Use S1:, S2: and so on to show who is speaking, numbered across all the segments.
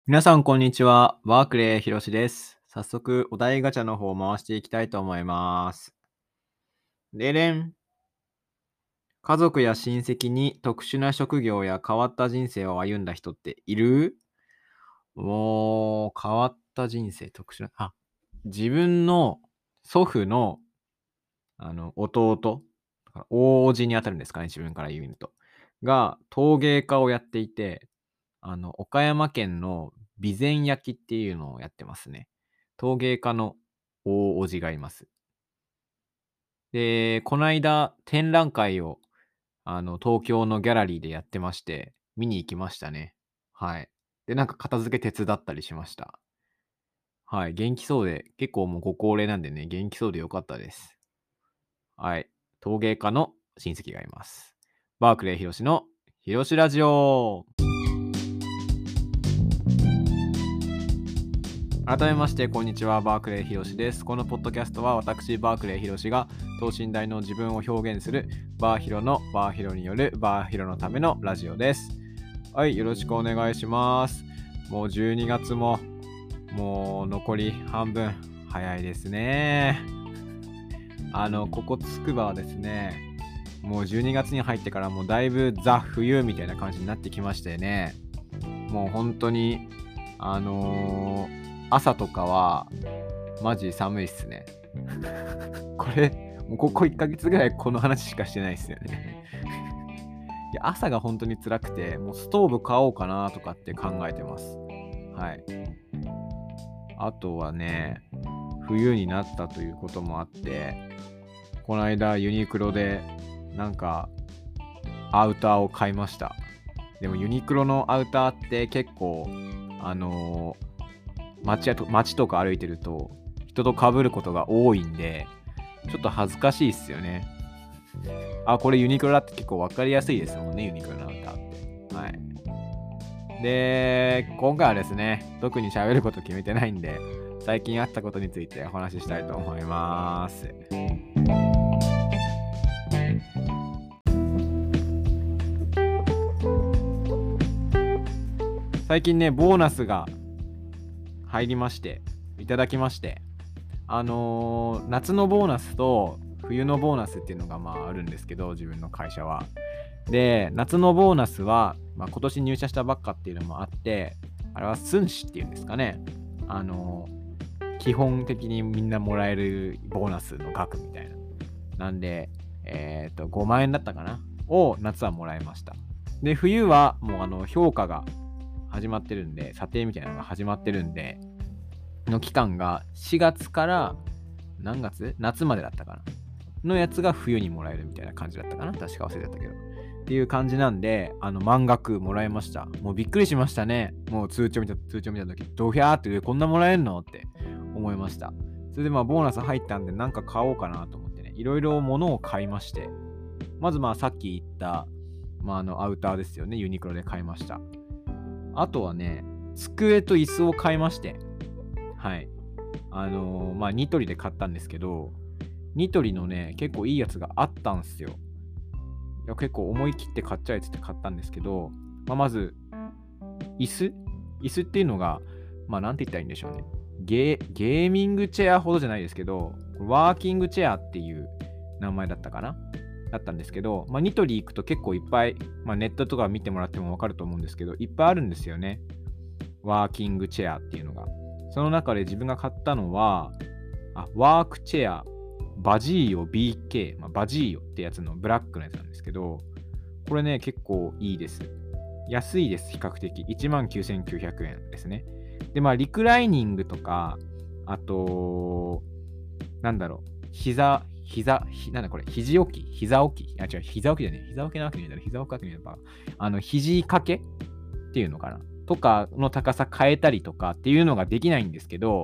S1: 皆さん、こんにちは。ワークレーひろしです。早速、お題ガチャの方を回していきたいと思います。でれん。家族や親戚に特殊な職業や変わった人生を歩んだ人っている？変わった人生、特殊な、自分の祖父の、弟、大叔父にあたるんですかね、自分から言うと。が、陶芸家をやっていて、岡山県の備前焼っていうのをやってますね。陶芸家の大叔父がいます。で、こないだ展覧会を、東京のギャラリーでやってまして、見に行きましたね。はい。で、なんか片付け手伝ったりしました。はい、元気そうで、結構もうご高齢なんでね、元気そうで良かったです。はい。陶芸家の親戚がいます。バークレーひろしのひろしラジオ。改めまして、こんにちは。バークレーひろしです。このポッドキャストは私、バークレーひろしが等身大の自分を表現するバーヒロのバーヒロによるバーヒロのためのラジオです。はい、よろしくお願いします。もう12月ももう残り半分、早いですね。ここつくばはですね、もう12月に入ってからもうだいぶザ冬みたいな感じになってきましてね。もう本当に朝とかはマジ寒いっすね。これ、もうここ1ヶ月ぐらいこの話しかしてないっすよね。いや、朝が本当に辛くて、もうストーブ買おうかなとかって考えてます。はい。あとはね、冬になったということもあって、この間ユニクロでなんかアウターを買いました。でもユニクロのアウターって結構、あの街とか歩いてると人と被ることが多いんで、ちょっと恥ずかしいっすよね。これユニクロだって結構わかりやすいですもんね、ユニクロのアウターって。はい。で、今回はですね、特に喋ること決めてないんで、最近あったことについてお話ししたいと思います。最近ね、ボーナスが入りまして、いただきまして、夏のボーナスと冬のボーナスっていうのがあるんですけど、自分の会社は。で、夏のボーナスは、今年入社したばっかっていうのもあって、あれは寸志っていうんですかね。基本的にみんなもらえるボーナスの額みたいな。なんで、5万円だったかなを夏はもらいました。で、冬はもう評価が始まってるんで、査定みたいなのが始まってるんで、の期間が4月から何月夏までだったかなのやつが冬にもらえるみたいな感じだったかな、確か忘れてたけど。っていう感じなんで、満額もらいました。もうびっくりしましたね。もう通帳見た時、ドヒャーってこんなもらえるのって思いました。それでボーナス入ったんでなんか買おうかなと思ってね、いろいろ物を買いまして、まずさっき言った、アウターですよね、ユニクロで買いました。あとはね、机と椅子を買いまして、はい。ニトリで買ったんですけど、ニトリのね、結構いいやつがあったんすよ。いや結構思い切って買っちゃえって買ったんですけど、まず、椅子っていうのが、なんて言ったらいいんでしょうね。ゲーミングチェアほどじゃないですけど、ワーキングチェアっていう名前だったかなだったんですけど、ニトリ行くと結構いっぱい、ネットとか見てもらってもわかると思うんですけど、いっぱいあるんですよね。ワーキングチェアっていうのが。その中で自分が買ったのは、ワークチェア、バジーヨ BK、バジーヨってやつのブラックのやつなんですけど、これね、結構いいです。安いです、比較的。19,900 円ですね。で、リクライニングとか、あと、なんだこれ、肘置き膝置き違う、膝置きじゃねえ。膝置きなわけねえだろ。膝置くわけねえだろ。肘掛けっていうのかなとかの高さ変えたりとかっていうのができないんですけど、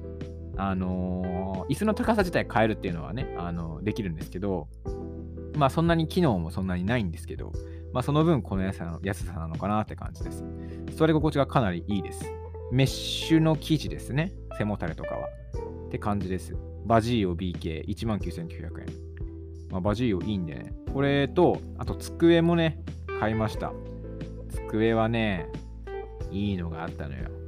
S1: 椅子の高さ自体変えるっていうのはね、できるんですけど、そんなに機能もそんなにないんですけど、その分この安さなのかなって感じです。座り心地がかなりいいです。メッシュの生地ですね。背もたれとかは。って感じです。バジーオ BK19,900 円。バジーオいいんでね。これと、あと机もね、買いました。机はね、いいのがあったのよ。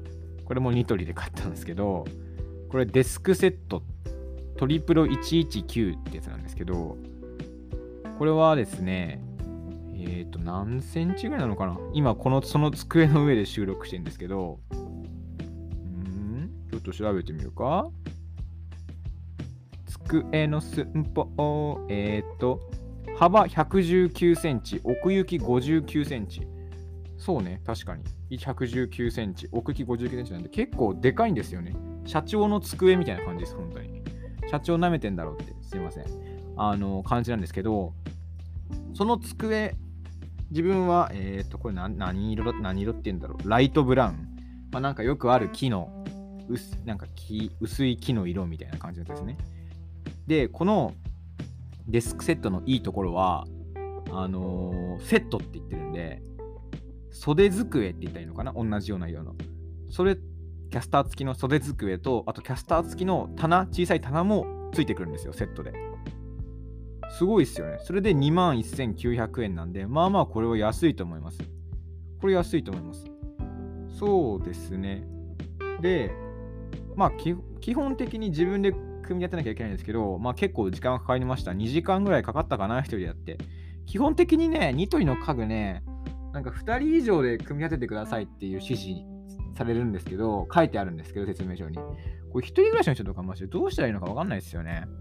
S1: これもニトリで買ったんですけど、これデスクセットトリプロ119ってやつなんですけど、これはですね、何センチぐらいなのかな。今その机の上で収録してるんですけど、ちょっと調べてみようか。机の寸法、幅119センチ、奥行き59センチ。そうね、確かに。119センチ、奥行き59センチなんで結構でかいんですよね。社長の机みたいな感じです、本当に。社長舐めてんだろうって、すいません。感じなんですけど、その机、自分は、これ何色って言うんだろう。ライトブラウン。なんかよくある木の、薄い木の色みたいな感じのやつですね。で、このデスクセットのいいところは、セットって言ってるんで、袖机って言ったらいいのかな、同じような色の。キャスター付きの袖机と、あとキャスター付きの小さい棚もついてくるんですよ、セットで。すごいっすよね。それで21,900円なんで、まあまあこれは安いと思います。これ安いと思います。そうですね。で、基本的に自分で組み立てなきゃいけないんですけど、結構時間がかかりました。2時間ぐらいかかったかな、1人でやって。基本的にね、ニトリの家具ね、なんか2人以上で組み立ててくださいっていう指示されるんですけど、書いてあるんですけど、説明書に。これ1人暮らしの人とかもしてどうしたらいいのか分かんないですよね。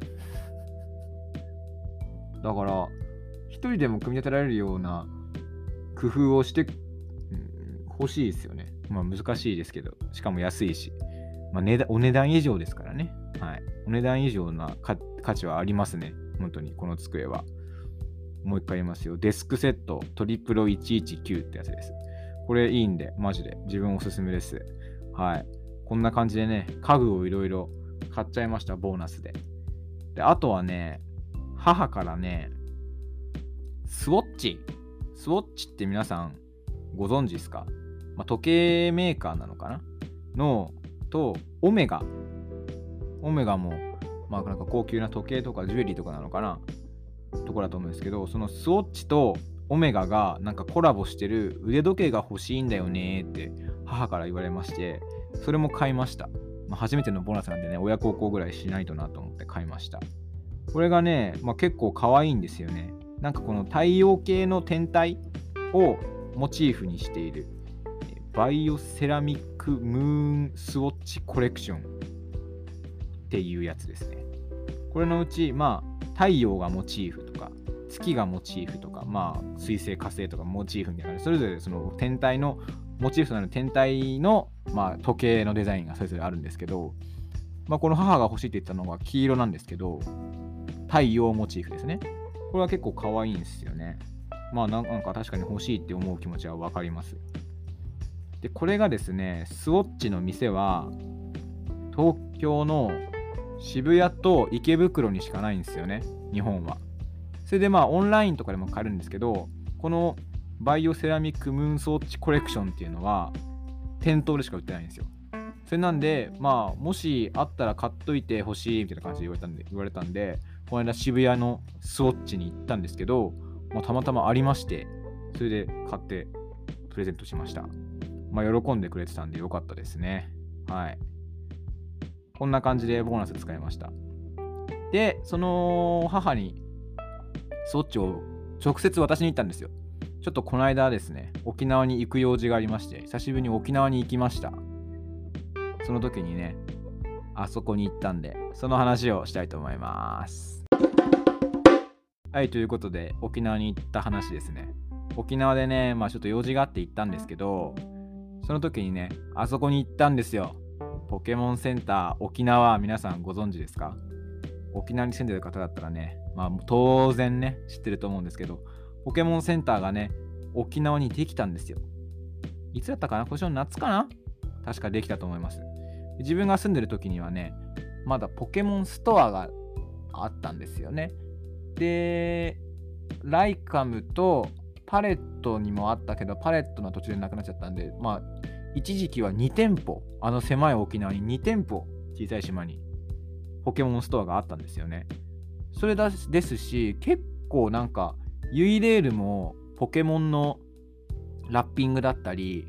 S1: だから、1人でも組み立てられるような工夫をして欲しいですよね。難しいですけど、しかも安いし。お値段以上ですからね。はい。お値段以上な価値はありますね。本当に、この机は。もう一回言いますよ。デスクセットトリプロ119ってやつです。これいいんで、マジで。自分おすすめです。はい。こんな感じでね、家具をいろいろ買っちゃいました、ボーナスで。で、あとはね、母からね、スウォッチって皆さんご存知ですか？時計メーカーなのかなと、オメガも、なんか高級な時計とかジュエリーとかなのかなところだと思うんですけど、そのスウォッチとオメガがなんかコラボしてる腕時計が欲しいんだよねって母から言われまして、それも買いました。初めてのボーナスなんでね、親孝行ぐらいしないとなと思って買いました。これがね、結構可愛いんですよね。なんかこの太陽系の天体をモチーフにしているバイオセラミックムーンスウォッチコレクションっていうやつですね。これのうち、太陽がモチーフとか、月がモチーフとか、水星火星とかモチーフみたいな、それぞれその天体のモチーフとなる天体の、時計のデザインがそれぞれあるんですけど、この母が欲しいって言ったのが黄色なんですけど、太陽モチーフですね。これは結構可愛いんですよね。なんか確かに欲しいって思う気持ちはわかります。で、これがですね、スウォッチの店は東京の渋谷と池袋にしかないんですよね、日本は。それでオンラインとかでも買えるんですけど、このバイオセラミックムーンスウォッチコレクションっていうのは店頭でしか売ってないんですよ。それなんで、もしあったら買っといてほしいみたいな感じで言われたんで、この間渋谷のスウォッチに行ったんですけど、たまたまありまして、それで買ってプレゼントしました。喜んでくれてたんでよかったですね。はい。こんな感じでボーナス使いました。で、その母にスウォッチを直接渡しに行ったんですよ。ちょっとこの間ですね、沖縄に行く用事がありまして、久しぶりに沖縄に行きました。その時にね、あそこに行ったんで、その話をしたいと思います。はい、ということで、沖縄に行った話ですね。沖縄でね、ちょっと用事があって行ったんですけど、その時にね、あそこに行ったんですよ。ポケモンセンター沖縄、皆さんご存知ですか？沖縄に住んでる方だったらね、当然ね、知ってると思うんですけど、ポケモンセンターがね、沖縄にできたんですよ。いつだったかな？今年の夏かな？確かできたと思います。自分が住んでる時にはね、まだポケモンストアがあったんですよね。で、ライカムとパレットにもあったけど、パレットの途中でなくなっちゃったんで、一時期は2店舗、狭い沖縄に2店舗、小さい島にポケモンストアがあったんですよね。それですし、結構なんかユイレールもポケモンのラッピングだったり、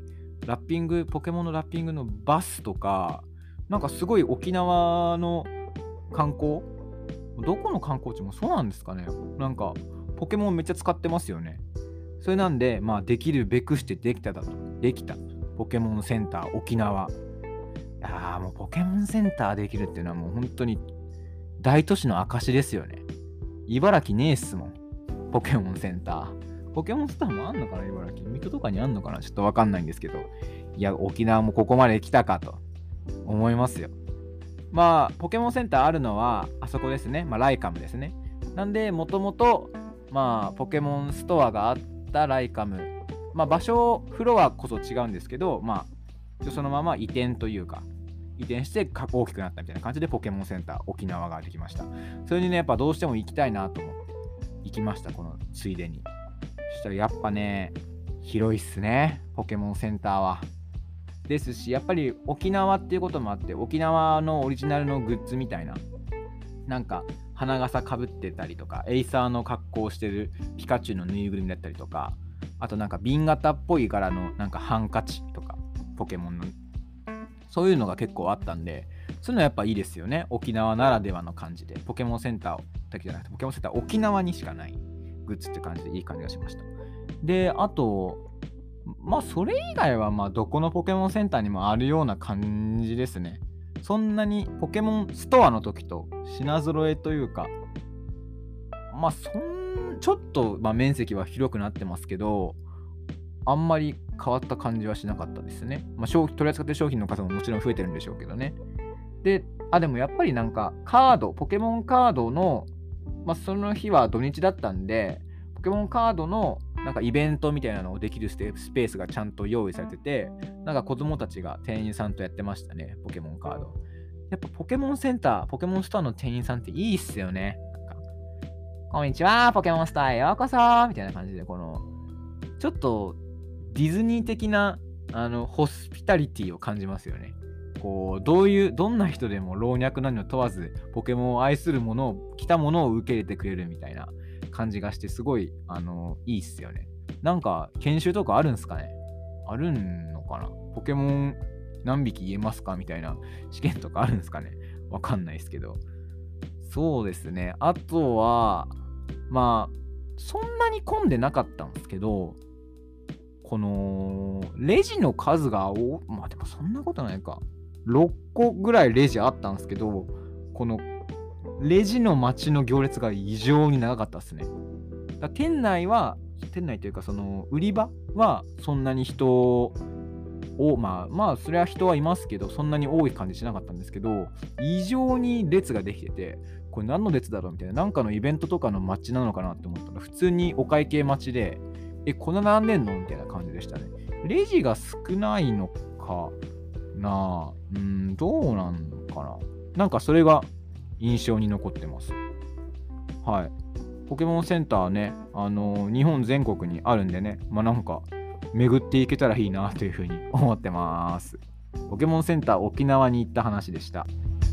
S1: ラッピング、ポケモンのラッピングのバスとか、なんかすごい沖縄の観光、どこの観光地もそうなんですかね。なんかポケモンめっちゃ使ってますよね。それなんで、まあできるべくしてできたポケモンセンター沖縄。もうポケモンセンターできるっていうのはもう本当に大都市の証ですよね。茨城ねえっすもん。ポケモンセンター。ポケモンスターもあんのかな、茨城。水戸とかにあんのかな、ちょっとわかんないんですけど。いや、沖縄もここまで来たかと思いますよ。まあ、ポケモンセンターあるのは、あそこですね。まあ、ライカムですね。なんで、もともと、まあ、ポケモンストアがあったライカム。まあ、場所、フロアこそ違うんですけど、まあ、そのまま移転というか、移転して大きくなったみたいな感じでポケモンセンター沖縄ができました。それにね、やっぱどうしても行きたいなと思って行きました、このついでに。そしたらやっぱね、広いっすね、ポケモンセンターは。ですし、やっぱり沖縄っていうこともあって、沖縄のオリジナルのグッズみたいな、なんか花笠かぶってたりとか、エイサーの格好をしてるピカチュウのぬいぐるみだったりとか、あとなんか瓶型っぽい柄のなんかハンカチとか、ポケモンのそういうのが結構あったんで、そういうのはやっぱいいですよね。沖縄ならではの感じで。ポケモンセンターだけじゃなくて、ポケモンセンター沖縄にしかないグッズって感じでいい感じがしました。で、あと、まあそれ以外はまあどこのポケモンセンターにもあるような感じですね。そんなにポケモンストアの時と品揃えというか、まあちょっとまあ面積は広くなってますけど、あんまり変わった感じはしなかったですね。まあ、取り扱ってる商品の数ももちろん増えてるんでしょうけどね。で、でもやっぱりなんかポケモンカードの、まあ、その日は土日だったんで、ポケモンカードのなんかイベントみたいなのをできるスペースがちゃんと用意されてて、なんか子供たちが店員さんとやってましたね、ポケモンカード。やっぱポケモンセンター、ポケモンストアの店員さんっていいっすよね。なんかこんにちは、ポケモンストアへようこそみたいな感じで、ちょっとディズニー的なホスピタリティを感じますよね。どんな人でも老若男女問わずポケモンを愛するものを来たものを受け入れてくれるみたいな感じがして、すごいいいっすよね。なんか研修とかあるんすかね。あるのかな。ポケモン何匹言えますかみたいな試験とかあるんですかね。わかんないですけど。そうですね。あとはまあそんなに混んでなかったんですけど、このレジの数がまあでもそんなことないか。6個ぐらいレジあったんですけど、このレジの待ちの行列が異常に長かったですね。店内というかその売り場はそんなに人をまあそれは人はいますけど、そんなに多い感じしなかったんですけど、異常に列ができてて、これ何の列だろうみたいな、なんかのイベントとかの待ちなのかなって思ったら、普通にお会計待ちで、こんな並んでんのみたいな感じでしたね。レジが少ないのかな、どうなんのかな。なんかそれが印象に残ってます。はい。ポケモンセンターね、日本全国にあるんでね、まあなんか巡っていけたらいいなというふうに思ってます。ポケモンセンター沖縄に行った話でした。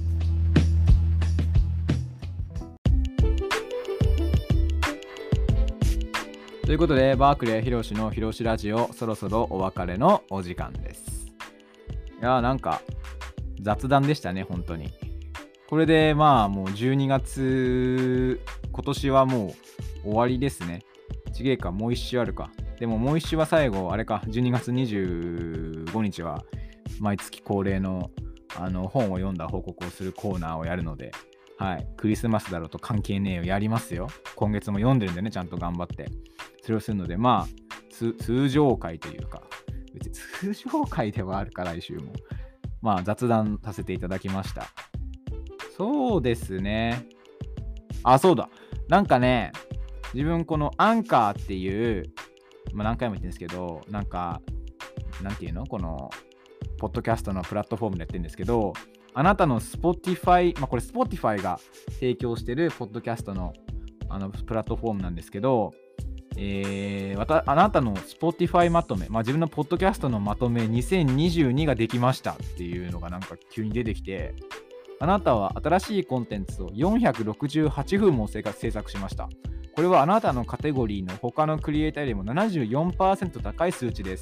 S1: ということで、バークレーひろしのひろしラジオ、そろそろお別れのお時間です。いやー、なんか雑談でしたね、本当に。これでまあもう12月、今年はもう終わりですね。ちげえか、もう一週あるか。でももう一週は最後、あれか、12月25日は毎月恒例の本を読んだ報告をするコーナーをやるので、はい、クリスマスだろうと関係ねえよ、やりますよ。今月も読んでるんでね、ちゃんと頑張って。それをするので、まあ、通常回というか、別に通常回ではあるから、来週も。まあ、雑談させていただきました。そうですね。そうだ。なんかね、自分このアンカーっていう、まあ何回も言ってるんですけど、なんていうのこの、ポッドキャストのプラットフォームでやってるんですけど、あなたの Spotify、まあこれ Spotify が提供してるポッドキャストのプラットフォームなんですけど、あなたの Spotify まとめ、まあ自分のポッドキャストのまとめ2022ができましたっていうのがなんか急に出てきて、あなたは新しいコンテンツを468分も制作しました。これはあなたのカテゴリーの他のクリエイターよりも 74% 高い数値です。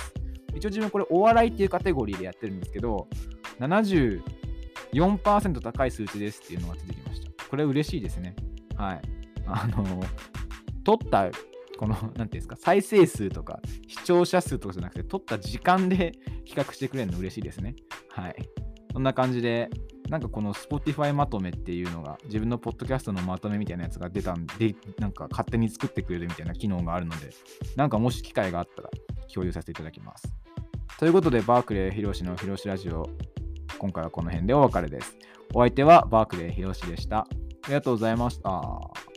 S1: 一応自分これお笑いっていうカテゴリーでやってるんですけど、74% 高い数値ですっていうのが出てきました。これ嬉しいですね。はい。撮ったこのなんていうんですか、再生数とか視聴者数とかじゃなくて撮った時間で比較してくれるの嬉しいですね。はい。そんな感じで、なんかこの Spotify まとめっていうのが自分のポッドキャストのまとめみたいなやつが出たんで、なんか勝手に作ってくれるみたいな機能があるので、なんかもし機会があったら共有させていただきます。ということで、バークレーひろしのひろしラジオ、今回はこの辺でお別れです。お相手はバークレーひろしでした。ありがとうございました。